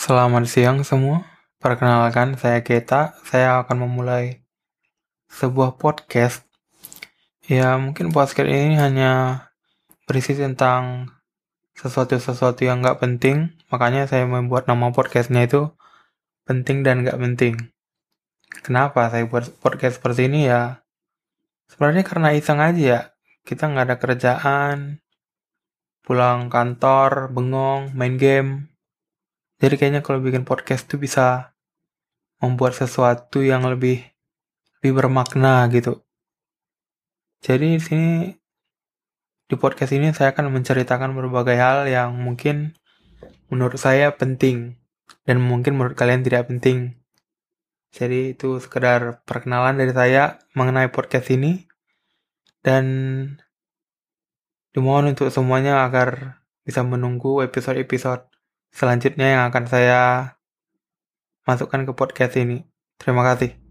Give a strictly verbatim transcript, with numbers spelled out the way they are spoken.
Selamat siang semua. Perkenalkan, saya Geta. Saya akan memulai sebuah podcast. Ya, mungkin podcast ini hanya berisi tentang sesuatu-sesuatu yang nggak penting. Makanya saya membuat nama podcastnya itu penting dan nggak penting. Kenapa saya buat podcast seperti ini ya? Sebenarnya karena iseng aja ya. Kita nggak ada kerjaan, pulang kantor, bengong, main game. Jadi kayaknya kalau bikin podcast tuh bisa membuat sesuatu yang lebih lebih bermakna gitu. Jadi di sini di podcast ini saya akan menceritakan berbagai hal yang mungkin menurut saya penting dan mungkin menurut kalian tidak penting. Jadi itu sekedar perkenalan dari saya mengenai podcast ini dan dimohon untuk semuanya agar bisa menunggu episode-episode selanjutnya yang akan saya masukkan ke podcast ini. Terima kasih.